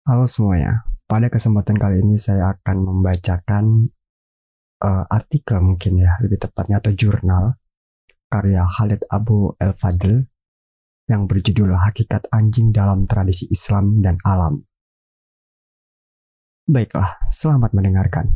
Halo semuanya, pada kesempatan kali ini saya akan membacakan artikel mungkin ya, lebih tepatnya atau jurnal karya Khalid Abu El-Fadl yang berjudul Hakikat Anjing dalam Tradisi Islam dan Alam. Baiklah, selamat mendengarkan.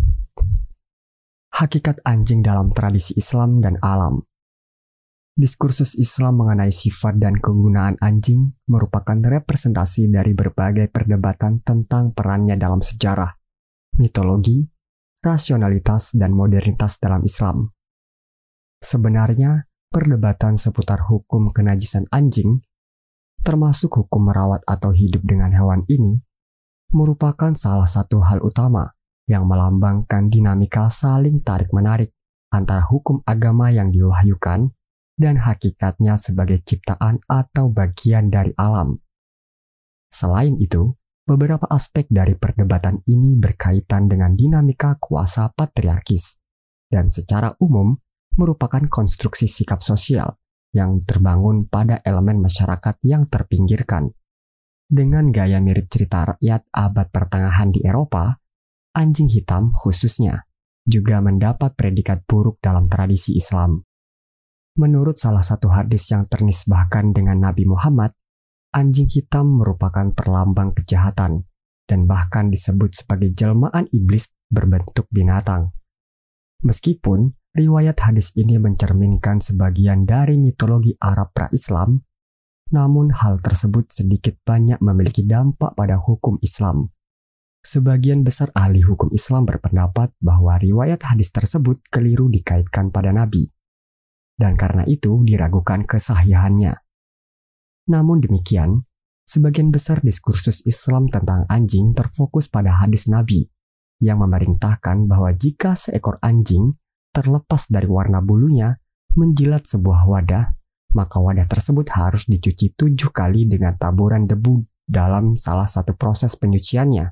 Hakikat anjing dalam tradisi Islam dan alam. Diskursus Islam mengenai sifat dan kegunaan anjing merupakan representasi dari berbagai perdebatan tentang perannya dalam sejarah, mitologi, rasionalitas, dan modernitas dalam Islam. Sebenarnya, perdebatan seputar hukum kenajisan anjing, termasuk hukum merawat atau hidup dengan hewan ini, merupakan salah satu hal utama yang melambangkan dinamika saling tarik-menarik antara hukum agama yang diwahyukan dan hakikatnya sebagai ciptaan atau bagian dari alam. Selain itu, beberapa aspek dari perdebatan ini berkaitan dengan dinamika kuasa patriarkis dan secara umum merupakan konstruksi sikap sosial yang terbangun pada elemen masyarakat yang terpinggirkan. Dengan gaya mirip cerita rakyat abad pertengahan di Eropa, anjing hitam khususnya juga mendapat predikat buruk dalam tradisi Islam. Menurut salah satu hadis yang ternisbahkan dengan Nabi Muhammad, anjing hitam merupakan perlambang kejahatan dan bahkan disebut sebagai jelmaan iblis berbentuk binatang. Meskipun riwayat hadis ini mencerminkan sebagian dari mitologi Arab pra-Islam, namun hal tersebut sedikit banyak memiliki dampak pada hukum Islam. Sebagian besar ahli hukum Islam berpendapat bahwa riwayat hadis tersebut keliru dikaitkan pada Nabi, dan karena itu diragukan kesahihannya. Namun demikian, sebagian besar diskursus Islam tentang anjing terfokus pada hadis Nabi yang memerintahkan bahwa jika seekor anjing terlepas dari warna bulunya menjilat sebuah wadah, maka wadah tersebut harus dicuci 7 kali dengan taburan debu dalam salah satu proses penyuciannya.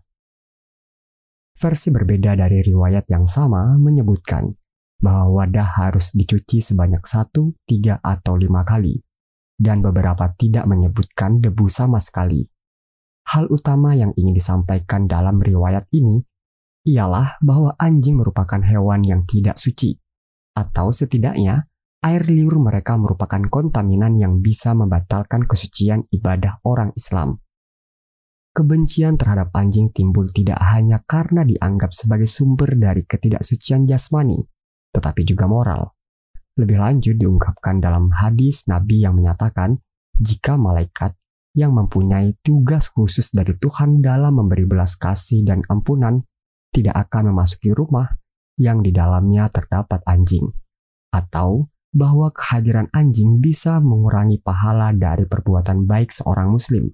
Versi berbeda dari riwayat yang sama menyebutkan bahwa wadah harus dicuci sebanyak 1, 3, atau 5 kali, dan beberapa tidak menyebutkan debu sama sekali. Hal utama yang ingin disampaikan dalam riwayat ini ialah bahwa anjing merupakan hewan yang tidak suci, atau setidaknya air liur mereka merupakan kontaminan yang bisa membatalkan kesucian ibadah orang Islam. Kebencian terhadap anjing timbul tidak hanya karena dianggap sebagai sumber dari ketidaksucian jasmani, tetapi juga moral. Lebih lanjut diungkapkan dalam hadis Nabi yang menyatakan jika malaikat yang mempunyai tugas khusus dari Tuhan dalam memberi belas kasih dan ampunan tidak akan memasuki rumah yang di dalamnya terdapat anjing, atau bahwa kehadiran anjing bisa mengurangi pahala dari perbuatan baik seorang muslim.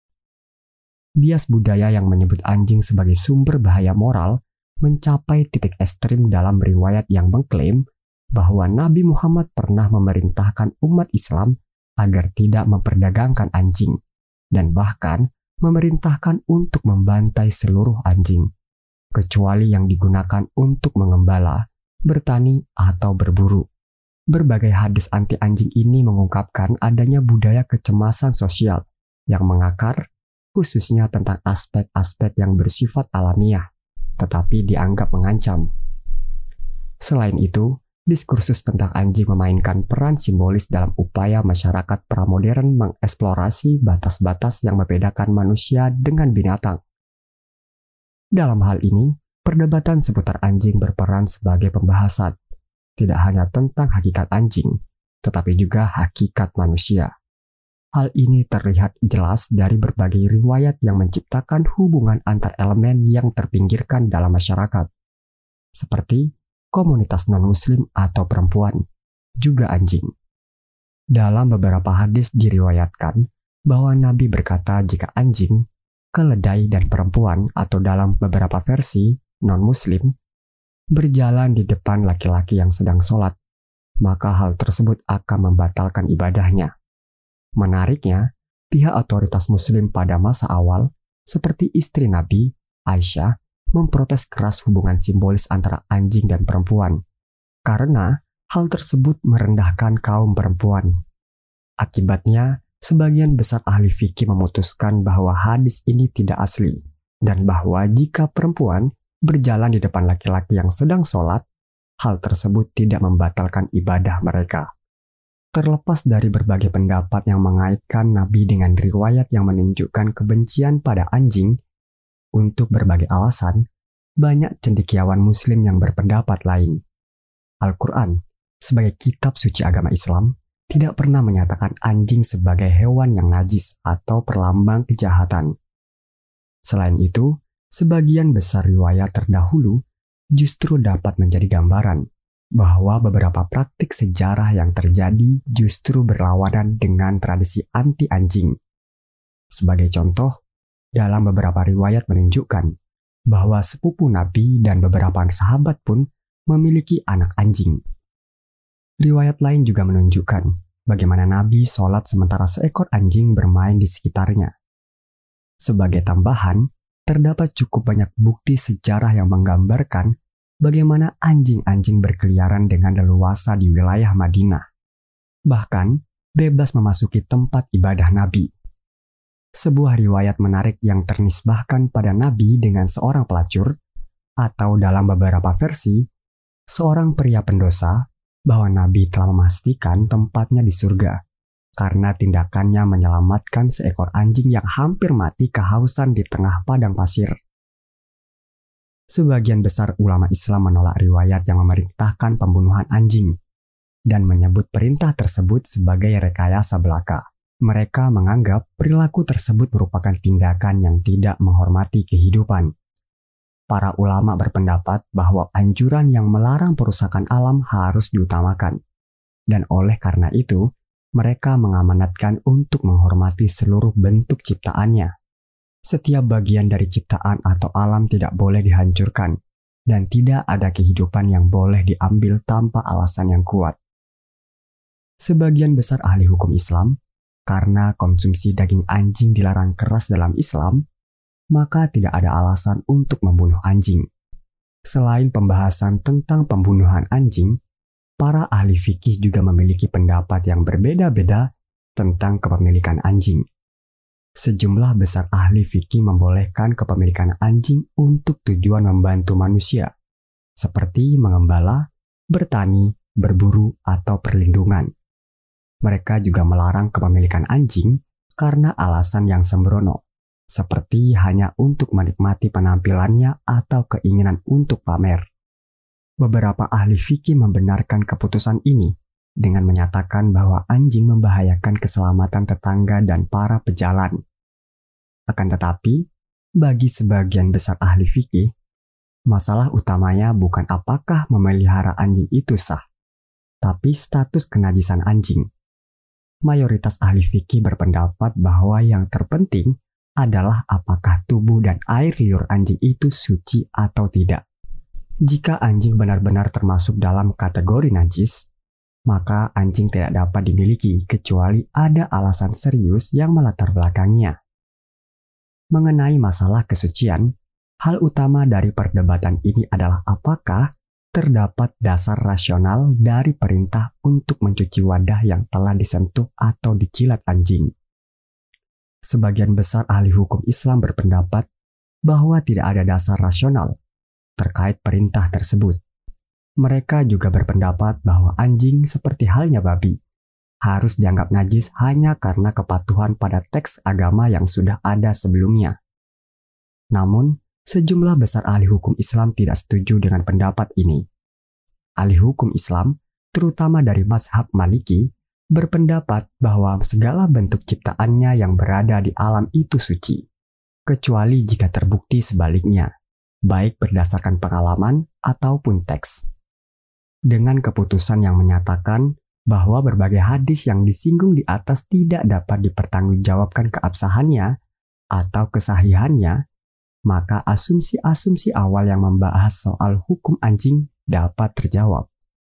Bias budaya yang menyebut anjing sebagai sumber bahaya moral mencapai titik ekstrim dalam riwayat yang mengklaim bahwa Nabi Muhammad pernah memerintahkan umat Islam agar tidak memperdagangkan anjing, dan bahkan memerintahkan untuk membantai seluruh anjing, kecuali yang digunakan untuk mengembala, bertani, atau berburu. Berbagai hadis anti anjing ini mengungkapkan adanya budaya kecemasan sosial yang mengakar, khususnya tentang aspek-aspek yang bersifat alamiah, tetapi dianggap mengancam. Selain itu, diskursus tentang anjing memainkan peran simbolis dalam upaya masyarakat pramodern mengeksplorasi batas-batas yang membedakan manusia dengan binatang. Dalam hal ini, perdebatan seputar anjing berperan sebagai pembahasan, tidak hanya tentang hakikat anjing, tetapi juga hakikat manusia. Hal ini terlihat jelas dari berbagai riwayat yang menciptakan hubungan antar elemen yang terpinggirkan dalam masyarakat, seperti komunitas non-muslim atau perempuan, juga anjing. Dalam beberapa hadis diriwayatkan bahwa Nabi berkata jika anjing, keledai, dan perempuan atau dalam beberapa versi non-muslim berjalan di depan laki-laki yang sedang sholat, maka hal tersebut akan membatalkan ibadahnya. Menariknya, pihak otoritas muslim pada masa awal, seperti istri Nabi, Aisyah, memprotes keras hubungan simbolis antara anjing dan perempuan, karena hal tersebut merendahkan kaum perempuan. Akibatnya, sebagian besar ahli fikih memutuskan bahwa hadis ini tidak asli, dan bahwa jika perempuan berjalan di depan laki-laki yang sedang sholat, hal tersebut tidak membatalkan ibadah mereka. Terlepas dari berbagai pendapat yang mengaitkan Nabi dengan riwayat yang menunjukkan kebencian pada anjing, untuk berbagai alasan, banyak cendekiawan Muslim yang berpendapat lain. Al-Quran, sebagai kitab suci agama Islam, tidak pernah menyatakan anjing sebagai hewan yang najis atau perlambang kejahatan. Selain itu, sebagian besar riwayat terdahulu justru dapat menjadi gambaran bahwa beberapa praktik sejarah yang terjadi justru berlawanan dengan tradisi anti-anjing. Sebagai contoh, dalam beberapa riwayat menunjukkan bahwa sepupu Nabi dan beberapa sahabat pun memiliki anak anjing. Riwayat lain juga menunjukkan bagaimana Nabi sholat sementara seekor anjing bermain di sekitarnya. Sebagai tambahan, terdapat cukup banyak bukti sejarah yang menggambarkan bagaimana anjing-anjing berkeliaran dengan leluasa di wilayah Madinah. Bahkan, bebas memasuki tempat ibadah Nabi. Sebuah riwayat menarik yang ternisbahkan pada Nabi dengan seorang pelacur, atau dalam beberapa versi, seorang pria pendosa, bahwa Nabi telah memastikan tempatnya di surga karena tindakannya menyelamatkan seekor anjing yang hampir mati kehausan di tengah padang pasir. Sebagian besar ulama Islam menolak riwayat yang memerintahkan pembunuhan anjing dan menyebut perintah tersebut sebagai rekayasa belaka. Mereka menganggap perilaku tersebut merupakan tindakan yang tidak menghormati kehidupan. Para ulama berpendapat bahwa anjuran yang melarang perusakan alam harus diutamakan, dan oleh karena itu, mereka mengamanatkan untuk menghormati seluruh bentuk ciptaannya. Setiap bagian dari ciptaan atau alam tidak boleh dihancurkan, dan tidak ada kehidupan yang boleh diambil tanpa alasan yang kuat. Sebagian besar ahli hukum Islam, karena konsumsi daging anjing dilarang keras dalam Islam, maka tidak ada alasan untuk membunuh anjing. Selain pembahasan tentang pembunuhan anjing, para ahli fikih juga memiliki pendapat yang berbeda-beda tentang kepemilikan anjing. Sejumlah besar ahli fikih membolehkan kepemilikan anjing untuk tujuan membantu manusia, seperti mengembala, bertani, berburu, atau perlindungan. Mereka juga melarang kepemilikan anjing karena alasan yang sembrono, seperti hanya untuk menikmati penampilannya atau keinginan untuk pamer. Beberapa ahli fikih membenarkan keputusan ini dengan menyatakan bahwa anjing membahayakan keselamatan tetangga dan para pejalan. Akan tetapi, bagi sebagian besar ahli fikih, masalah utamanya bukan apakah memelihara anjing itu sah, tapi status kenajisan anjing. Mayoritas ahli fikih berpendapat bahwa yang terpenting adalah apakah tubuh dan air liur anjing itu suci atau tidak. Jika anjing benar-benar termasuk dalam kategori najis, maka anjing tidak dapat dimiliki kecuali ada alasan serius yang melatar belakangnya. Mengenai masalah kesucian, hal utama dari perdebatan ini adalah apakah terdapat dasar rasional dari perintah untuk mencuci wadah yang telah disentuh atau dijilat anjing. Sebagian besar ahli hukum Islam berpendapat bahwa tidak ada dasar rasional terkait perintah tersebut. Mereka juga berpendapat bahwa anjing seperti halnya babi harus dianggap najis hanya karena kepatuhan pada teks agama yang sudah ada sebelumnya. Namun, sejumlah besar ahli hukum Islam tidak setuju dengan pendapat ini. Ahli hukum Islam, terutama dari mazhab Maliki, berpendapat bahwa segala bentuk ciptaannya yang berada di alam itu suci, kecuali jika terbukti sebaliknya, baik berdasarkan pengalaman ataupun teks. Dengan keputusan yang menyatakan bahwa berbagai hadis yang disinggung di atas tidak dapat dipertanggungjawabkan keabsahannya atau kesahihannya, maka asumsi-asumsi awal yang membahas soal hukum anjing dapat terjawab.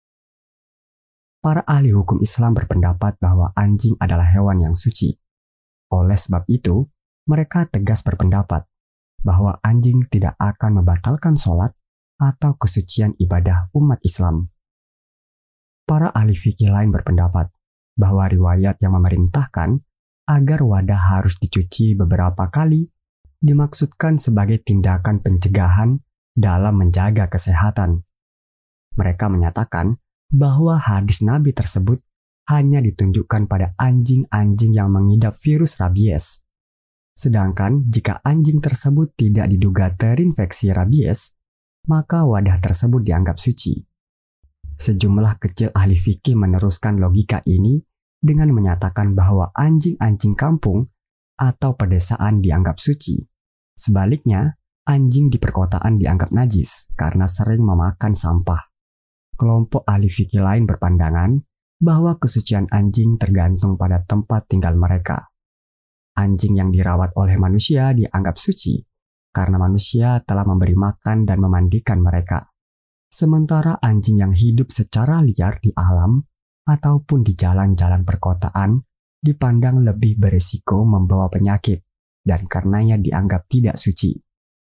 Para ahli hukum Islam berpendapat bahwa anjing adalah hewan yang suci. Oleh sebab itu, mereka tegas berpendapat bahwa anjing tidak akan membatalkan sholat atau kesucian ibadah umat Islam. Para ahli fikih lain berpendapat bahwa riwayat yang memerintahkan agar wadah harus dicuci beberapa kali dimaksudkan sebagai tindakan pencegahan dalam menjaga kesehatan. Mereka menyatakan bahwa hadis Nabi tersebut hanya ditunjukkan pada anjing-anjing yang mengidap virus rabies. Sedangkan jika anjing tersebut tidak diduga terinfeksi rabies, maka wadah tersebut dianggap suci. Sejumlah kecil ahli fikih meneruskan logika ini dengan menyatakan bahwa anjing-anjing kampung atau pedesaan dianggap suci. Sebaliknya, anjing di perkotaan dianggap najis karena sering memakan sampah. Kelompok ahli fikih lain berpandangan bahwa kesucian anjing tergantung pada tempat tinggal mereka. Anjing yang dirawat oleh manusia dianggap suci karena manusia telah memberi makan dan memandikan mereka. Sementara anjing yang hidup secara liar di alam ataupun di jalan-jalan perkotaan dipandang lebih berisiko membawa penyakit dan karenanya dianggap tidak suci.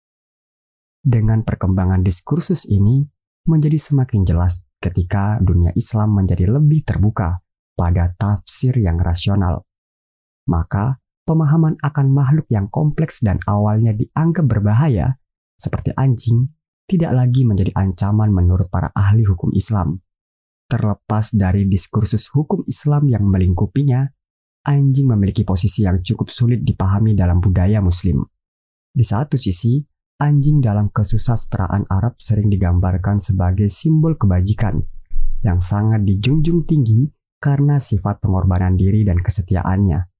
Dengan perkembangan diskursus ini menjadi semakin jelas ketika dunia Islam menjadi lebih terbuka pada tafsir yang rasional. Maka, pemahaman akan makhluk yang kompleks dan awalnya dianggap berbahaya, seperti anjing, tidak lagi menjadi ancaman menurut para ahli hukum Islam. Terlepas dari diskursus hukum Islam yang melingkupinya, anjing memiliki posisi yang cukup sulit dipahami dalam budaya Muslim. Di satu sisi, anjing dalam kesusastraan Arab sering digambarkan sebagai simbol kebajikan, yang sangat dijunjung tinggi karena sifat pengorbanan diri dan kesetiaannya.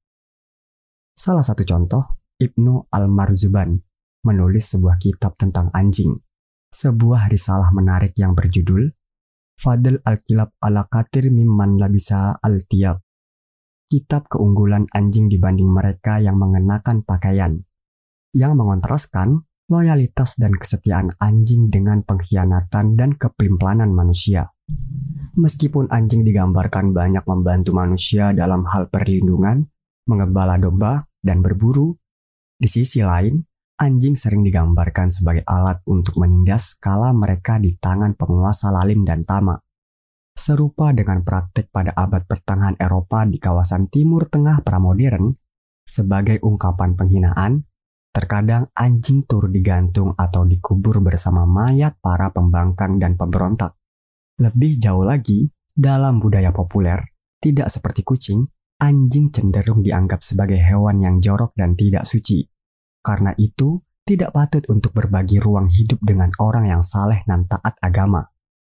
Salah satu contoh, Ibnu Al-Marzuban menulis sebuah kitab tentang anjing, sebuah risalah menarik yang berjudul Fadl Al-Kilab ala Katir Mimman Labisa Al-Tiyab, kitab keunggulan anjing dibanding mereka yang mengenakan pakaian, yang mengontraskan loyalitas dan kesetiaan anjing dengan pengkhianatan dan kepelimplanan manusia. Meskipun anjing digambarkan banyak membantu manusia dalam hal perlindungan, mengembala domba, dan berburu, di sisi lain, anjing sering digambarkan sebagai alat untuk menindas kala mereka di tangan penguasa lalim dan tamak. Serupa dengan praktik pada abad pertengahan Eropa di kawasan Timur Tengah pramodern, sebagai ungkapan penghinaan, terkadang anjing turut digantung atau dikubur bersama mayat para pembangkang dan pemberontak. Lebih jauh lagi, dalam budaya populer, tidak seperti kucing, anjing cenderung dianggap sebagai hewan yang jorok dan tidak suci. Karena itu, tidak patut untuk berbagi ruang hidup dengan orang yang saleh dan taat agama.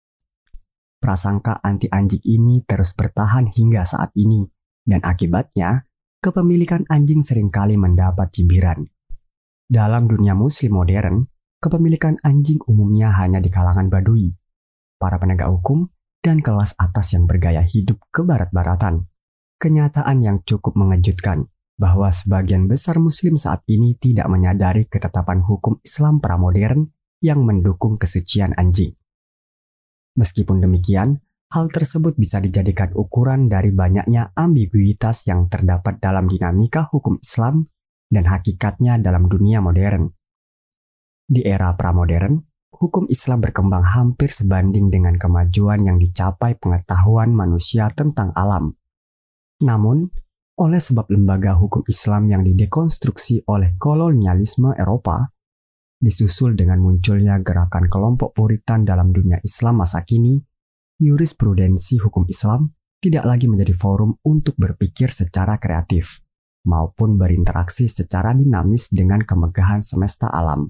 Prasangka anti anjing ini terus bertahan hingga saat ini, dan akibatnya, kepemilikan anjing seringkali mendapat cibiran. Dalam dunia Muslim modern, kepemilikan anjing umumnya hanya di kalangan Badui, para penegak hukum, dan kelas atas yang bergaya hidup kebarat-baratan. Kenyataan yang cukup mengejutkan bahwa sebagian besar Muslim saat ini tidak menyadari ketetapan hukum Islam pramodern yang mendukung kesucian anjing. Meskipun demikian, hal tersebut bisa dijadikan ukuran dari banyaknya ambiguitas yang terdapat dalam dinamika hukum Islam dan hakikatnya dalam dunia modern. Di era pramodern, hukum Islam berkembang hampir sebanding dengan kemajuan yang dicapai pengetahuan manusia tentang alam. Namun, oleh sebab lembaga hukum Islam yang didekonstruksi oleh kolonialisme Eropa, disusul dengan munculnya gerakan kelompok Puritan dalam dunia Islam masa kini, jurisprudensi hukum Islam tidak lagi menjadi forum untuk berpikir secara kreatif, maupun berinteraksi secara dinamis dengan kemegahan semesta alam.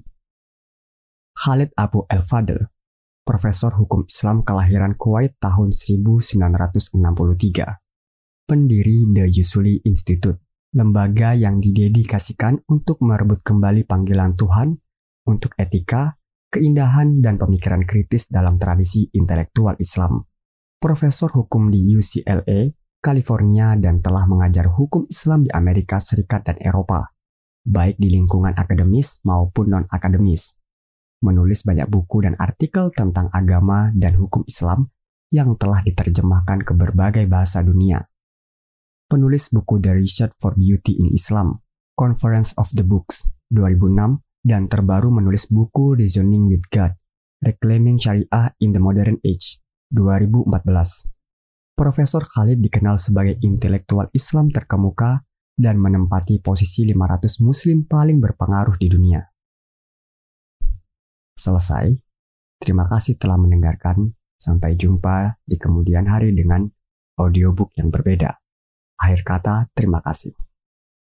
Khalid Abu El-Fadl, profesor hukum Islam kelahiran Kuwait tahun 1963, pendiri The Usuli Institute, lembaga yang didedikasikan untuk merebut kembali panggilan Tuhan untuk etika, keindahan, dan pemikiran kritis dalam tradisi intelektual Islam. Profesor hukum di UCLA, California, dan telah mengajar hukum Islam di Amerika Serikat dan Eropa, baik di lingkungan akademis maupun non-akademis. Menulis banyak buku dan artikel tentang agama dan hukum Islam yang telah diterjemahkan ke berbagai bahasa dunia. Penulis buku The Research for Beauty in Islam, Conference of the Books, 2006, dan terbaru menulis buku Reasoning with God, Reclaiming Syariah in the Modern Age, 2014. Profesor Khalid dikenal sebagai intelektual Islam terkemuka dan menempati posisi 500 muslim paling berpengaruh di dunia. Selesai. Terima kasih telah mendengarkan. Sampai jumpa di kemudian hari dengan audiobook yang berbeda. Akhir kata, terima kasih.